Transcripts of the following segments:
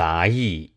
杂役。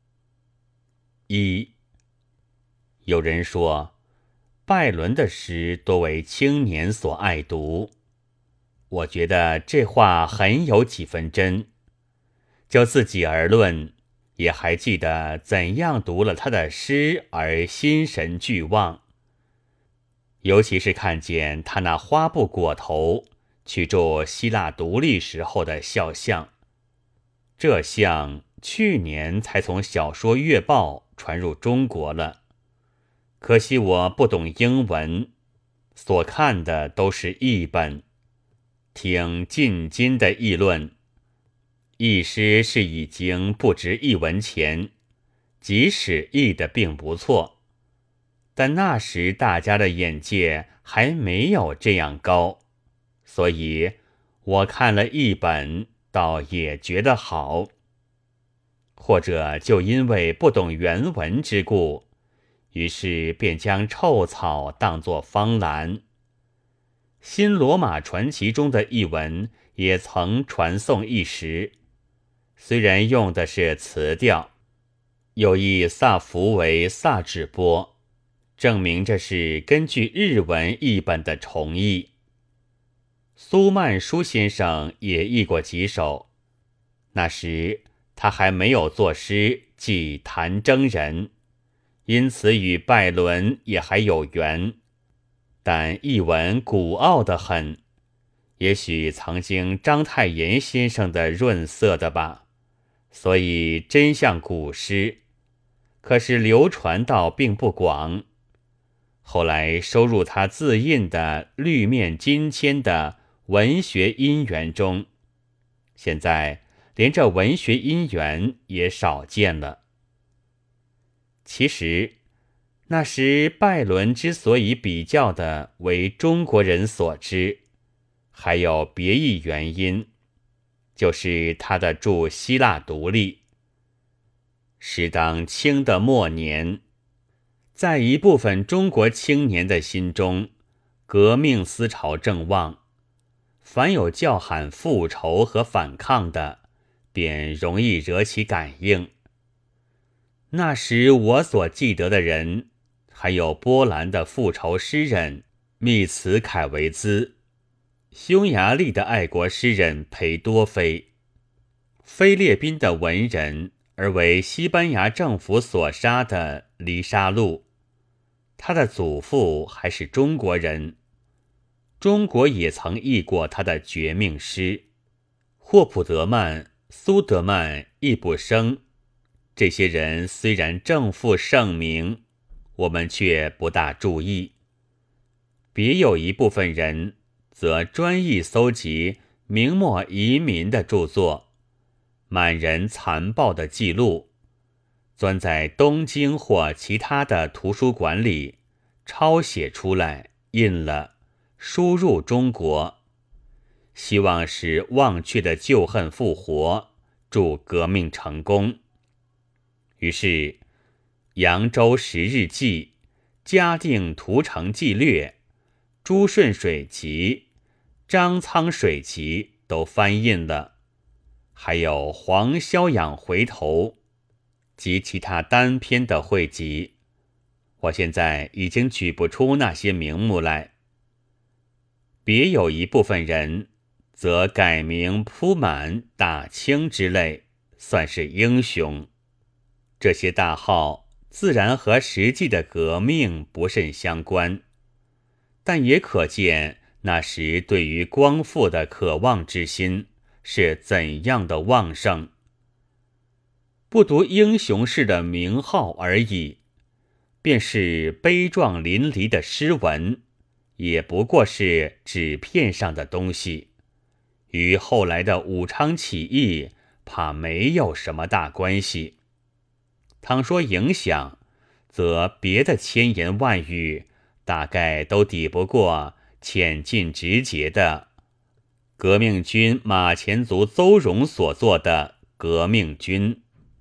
一，有人说，拜伦的诗多为青年所爱读，我觉得这话很有几分真。就自己而论，也还记得怎样读了他的诗而心神俱忘。尤其是看见他那花布裹头去筑希腊独立时候的肖像，这像去年才从小说月报传入中国了。可惜我不懂英文，所看的都是译本，听近今的议论，译诗是已经不值1文钱，即使译的并不错，但那时大家的眼界还没有这样高，所以我看了译本倒也觉得好。或者就因为不懂原文之故，于是便将臭草当作芳兰。新罗马传奇中的译文也曾传颂一时，虽然用的是词调，又译萨福为萨止波，证明这是根据日文译本的重译。苏曼殊先生也译过几首，那时他还没有作诗记谭征人，因此与拜伦也还有缘，但译文古奥得很，也许曾经章太炎先生的润色的吧，所以真像古诗，可是流传到并不广。后来收入他自印的绿面金签的文学因缘中，现在连这文学因缘也少见了。其实那时拜伦之所以比较的为中国人所知，还有别一原因，就是他的驻希腊独立。时当清的末年，在一部分中国青年的心中，革命思潮正旺，凡有叫喊复仇和反抗的，便容易惹起感应。那时我所记得的人，还有波兰的复仇诗人密茨凯维兹，匈牙利的爱国诗人裴多菲，菲律宾的文人而为西班牙政府所杀的黎沙路，他的祖父还是中国人，中国也曾译过他的绝命诗。霍普德曼、苏德曼、易卜生，这些人虽然正负盛名，我们却不大注意。别有一部分人则专意搜集明末移民的著作，满人残暴的记录，钻在东京或其他的图书馆里抄写出来，印了，输入中国，希望使忘却的旧恨复活，助革命成功。于是扬州十日记、嘉定屠城纪略、朱顺水集、张苍水集都翻印了，还有黄萧养回头及其他单篇的汇集，我现在已经举不出那些名目来。别有一部分人则改名铺满、大清之类，算是英雄。这些大号自然和实际的革命不甚相关，但也可见那时对于光复的渴望之心是怎样的旺盛。不读英雄式的名号而已，便是悲壮淋漓的诗文，也不过是纸片上的东西，与后来的武昌起义怕没有什么大关系。倘说影响，则别的千言万语大概都抵不过浅近直接的革命军马前卒邹容所作的《革命军》。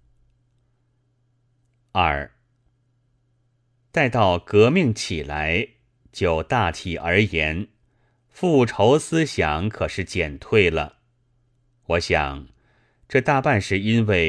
二，待到革命起来，就大体而言，复仇思想可是减退了。我想，这大半是因为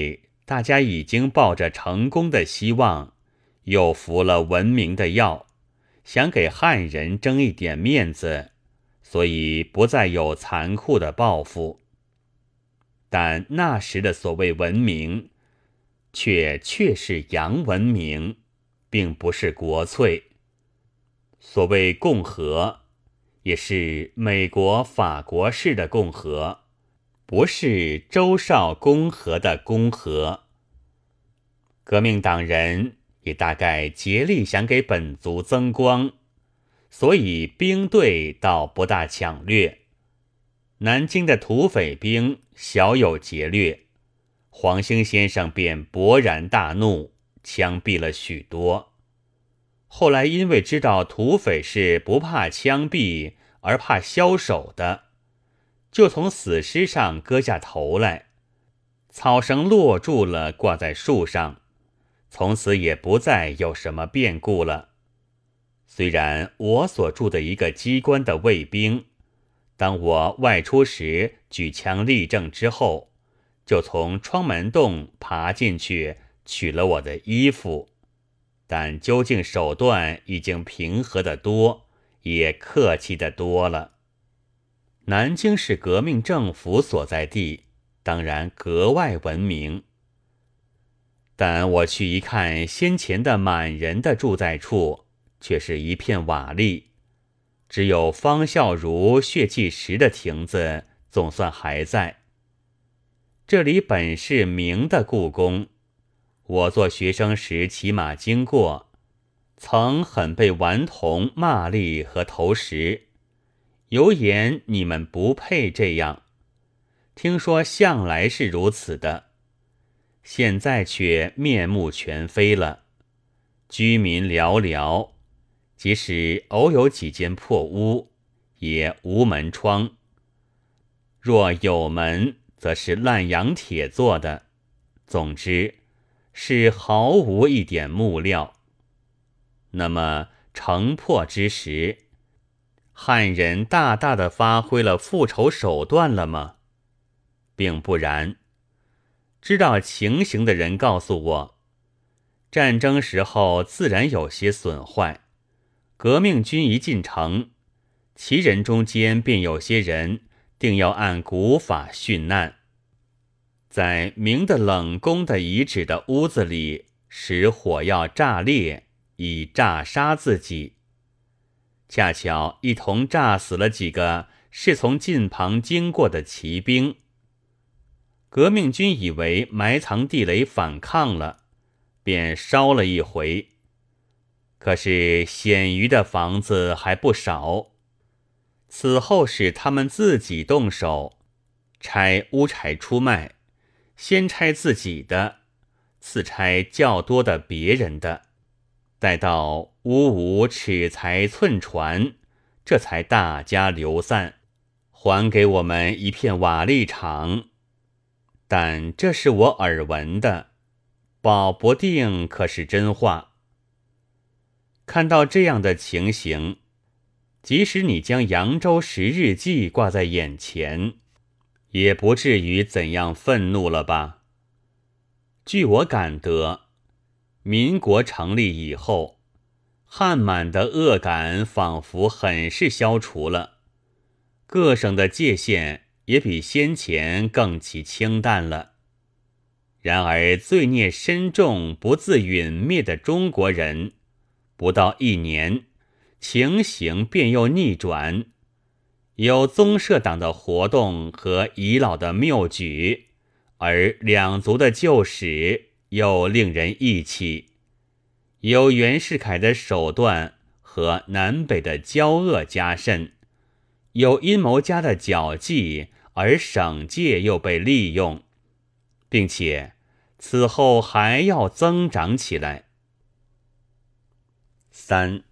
大家已经抱着成功的希望，又服了文明的药，想给汉人争一点面子，所以不再有残酷的报复。但那时的所谓文明，确是洋文明，并不是国粹。所谓共和，也是美国、法国式的共和，不是周少公和的公和。革命党人也大概竭力想给本族增光，所以兵队倒不大抢掠。南京的土匪兵小有劫掠，黄兴先生便勃然大怒，枪毙了许多。后来因为知道土匪是不怕枪毙而怕枭首的，就从死尸上割下头来，草绳落住了，挂在树上，从此也不再有什么变故了。虽然我所住的一个机关的卫兵，当我外出时举枪立正之后，就从窗门洞爬进去取了我的衣服，但究竟手段已经平和得多，也客气得多了。南京是革命政府所在地，当然格外文明。但我去一看先前的满人的住在处，却是一片瓦砾，只有方孝孺血祭石的亭子总算还在。这里本是明的故宫，我做学生时骑马经过，曾很被顽童骂詈和投石，有言你们不配这样。听说向来是如此的，现在却面目全非了，居民寥寥，即使偶有几间破屋，也无门窗。若有门，则是烂洋铁做的，总之是毫无一点木料。那么城破之时，汉人大大的发挥了复仇手段了吗？并不然。知道情形的人告诉我，战争时候自然有些损坏，革命军一进城，其人中间便有些人定要按古法殉难，在明的冷宫的遗址的屋子里使火药炸裂，以炸杀自己。恰巧一同炸死了几个是从近旁经过的骑兵。革命军以为埋藏地雷反抗了，便烧了一回。可是鲜鱼的房子还不少，此后是他们自己动手，拆屋柴出卖，先拆自己的，次拆较多的别人的，待到屋无尺材寸船，这才大家流散，还给我们一片瓦砾场。但这是我耳闻的，保不定可是真话。看到这样的情形，即使你将扬州十日记挂在眼前，也不至于怎样愤怒了吧？据我感得，民国成立以后，汉满的恶感仿佛很是消除了，各省的界限也比先前更其清淡了。然而罪孽深重不自殒灭的中国人，不到1年，情形便又逆转。有宗社党的活动和遗老的谬举，而两族的旧史又令人忆起。有袁世凯的手段和南北的交恶加甚，有阴谋家的狡计，而省界又被利用，并且此后还要增长起来。3.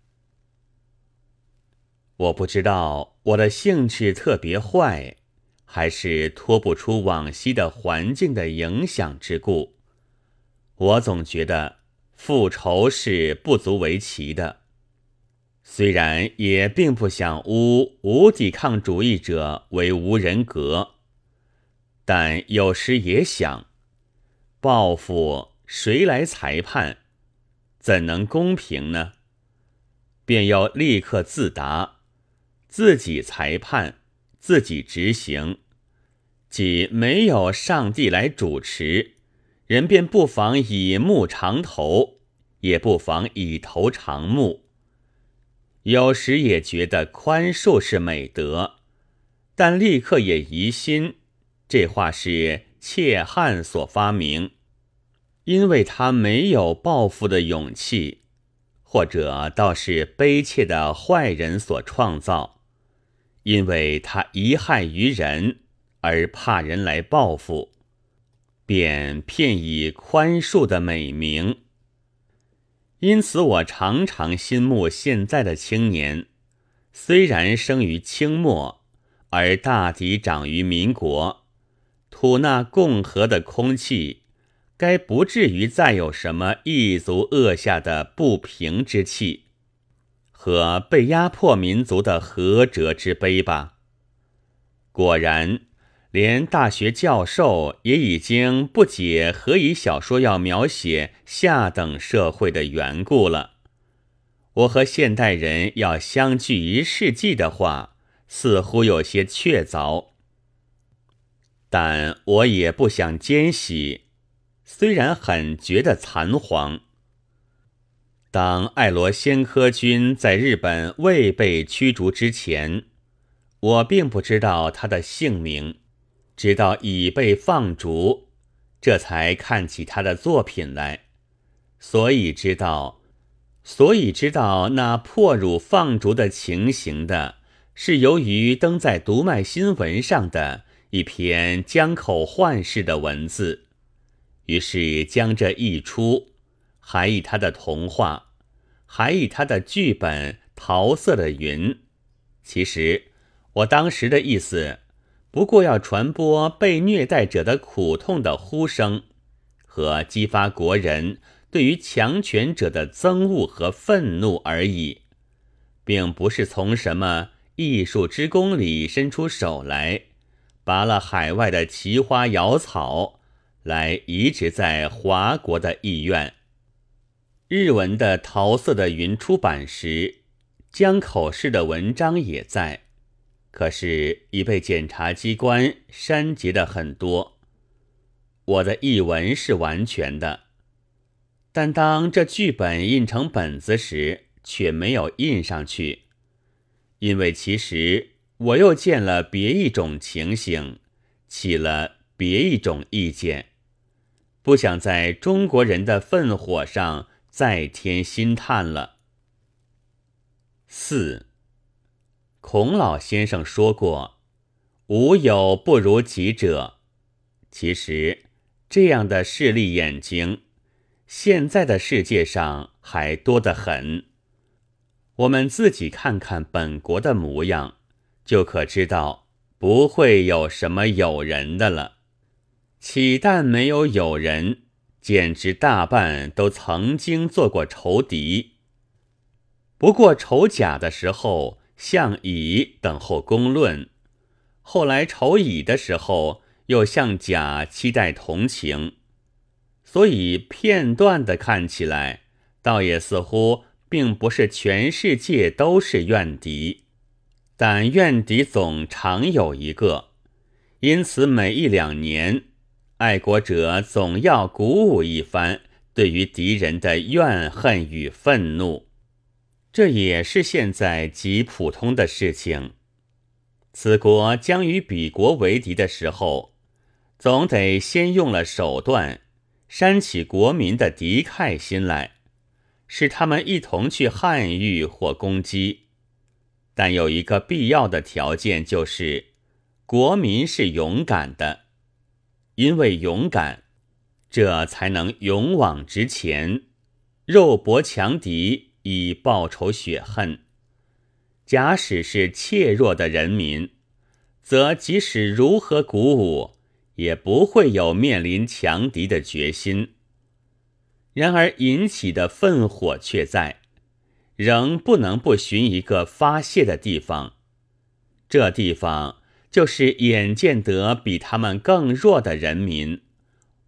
我不知道我的兴趣特别坏，还是脱不出往昔的环境的影响之故，我总觉得复仇是不足为奇的。虽然也并不想无抵抗主义者为无人格，但有时也想， 报复谁来裁判？怎能公平呢？便要立刻自答，自己裁判，自己执行。即没有上帝来主持，人便不妨以目长头，也不妨以头长目。有时也觉得宽恕是美德，但立刻也疑心，这话是窃汉所发明，因为他没有报复的勇气，或者倒是悲切的坏人所创造，因为他贻害于人，而怕人来报复，便骗以宽恕的美名。因此我常常心目现在的青年，虽然生于清末，而大抵长于民国，吐纳共和的空气，该不至于再有什么异族恶下的不平之气，和被压迫民族的和折之悲吧。果然，连大学教授也已经不解何以小说要描写下等社会的缘故了。我和现代人要相距1世纪的话，似乎有些确凿。但我也不想奸喜，虽然很觉得残黄。当爱罗先科军在日本未被驱逐之前，我并不知道他的姓名，直到已被放逐，这才看起他的作品来，所以知道那破辱放逐的情形的，是由于登在读卖新闻上的一篇江口焕式的文字，于是将这一出，还以他的童话，还以他的剧本《桃色的云》，其实我当时的意思，不过要传播被虐待者的苦痛的呼声，和激发国人对于强权者的憎恶和愤怒而已，并不是从什么艺术之功里伸出手来，拔了海外的奇花瑶草来移植在华国的意愿。日文的《桃色的云》出版时，江口式的文章也在，可是已被检察机关删节的很多。我的译文是完全的，但当这剧本印成本子时，却没有印上去，因为其实我又见了别一种情形，起了别一种意见，不想在中国人的愤火上再添新炭了。4. 孔老先生说过，无有不如己者。其实这样的势利眼睛，现在的世界上还多得很。我们自己看看本国的模样，就可知道不会有什么友人的了。岂但没有友人，简直大半都曾经做过仇敌。不过仇甲的时候，向乙等候公论；后来仇乙的时候，又向甲期待同情。所以片段的看起来，倒也似乎并不是全世界都是怨敌，但怨敌总常有一个，因此每1-2年，爱国者总要鼓舞一番对于敌人的怨恨与愤怒。这也是现在极普通的事情。此国将与彼国为敌的时候，总得先用了手段，煽起国民的敌忾心来，使他们一同去汉御或攻击。但有一个必要的条件，就是国民是勇敢的，因为勇敢，这才能勇往直前，肉搏强敌，以报仇雪恨。假使是怯弱的人民，则即使如何鼓舞，也不会有面临强敌的决心。然而引起的愤火却在，仍不能不寻一个发泄的地方。这地方就是眼见得比他们更弱的人民，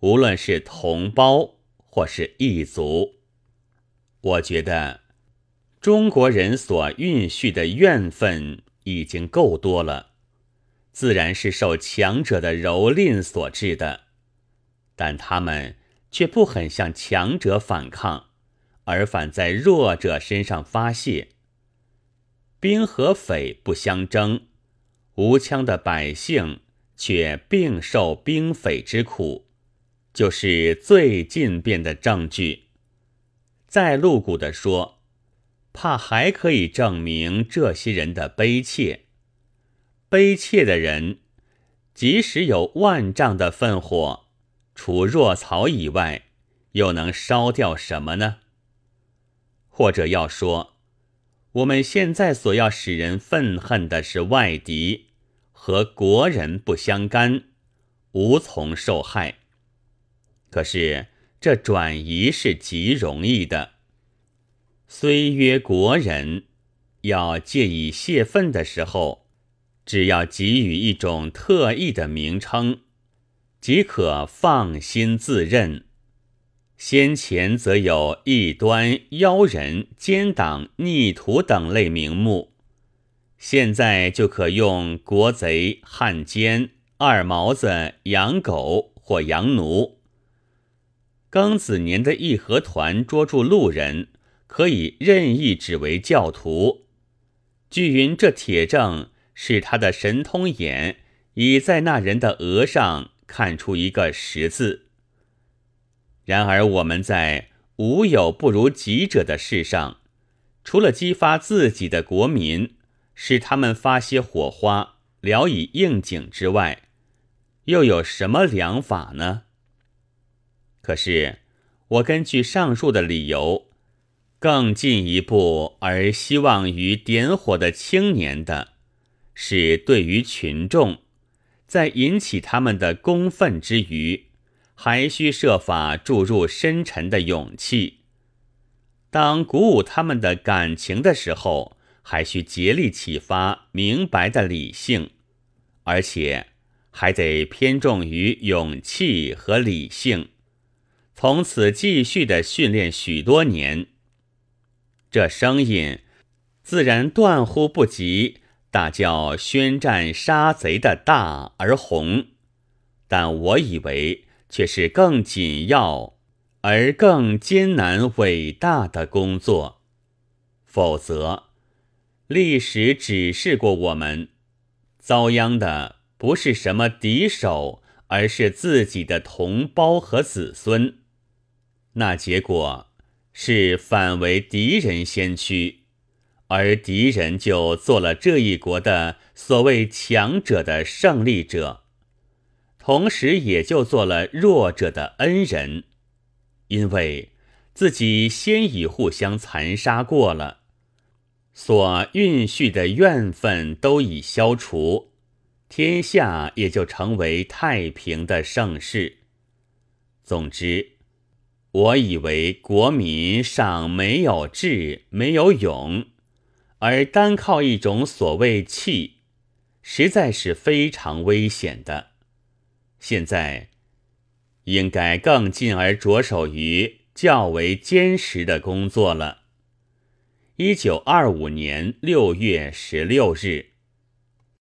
无论是同胞或是异族。我觉得中国人所蕴蓄的怨愤已经够多了，自然是受强者的蹂躏所致的，但他们却不肯向强者反抗，而反在弱者身上发泄。兵和匪不相争，无枪的百姓却并受兵匪之苦，就是最近变的证据。再露骨地说，怕还可以证明这些人的悲切。悲切的人，即使有万丈的烽火，除弱草以外，又能烧掉什么呢？或者要说，我们现在所要使人愤恨的是外敌，和国人不相干，无从受害。可是这转移是极容易的。虽曰国人，要借以泄愤的时候，只要给予一种特异的名称，即可放心自任。先前则有异端、妖人、奸党、逆徒等类名目，现在就可用国贼、汉奸、二毛子、洋狗或洋奴。庚子年的义和团捉住路人，可以任意指为教徒。据云这铁证是他的神通眼已在那人的额上看出一个十字。然而我们在无有不如己者的事上，除了激发自己的国民，使他们发些火花，聊以应景之外，又有什么良法呢？可是我根据上述的理由，更进一步而希望于点火的青年的，是对于群众，在引起他们的公愤之余，还需设法注入深沉的勇气。当鼓舞他们的感情的时候，还需竭力启发明白的理性，而且还得偏重于勇气和理性，从此继续地训练许多年。这声音自然断乎不及大叫宣战杀贼的大而宏，但我以为却是更紧要而更艰难伟大的工作。否则，历史指示过我们，遭殃的不是什么敌手，而是自己的同胞和子孙。那结果是反为敌人先驱，而敌人就做了这一国的所谓强者的胜利者，同时也就做了弱者的恩人，因为自己先已互相残杀过了，所蕴蓄的怨愤都已消除，天下也就成为太平的盛世。总之，我以为国民尚没有智，没有勇，而单靠一种所谓气，实在是非常危险的。现在应该更进而着手于较为坚实的工作了。1925年6月16日。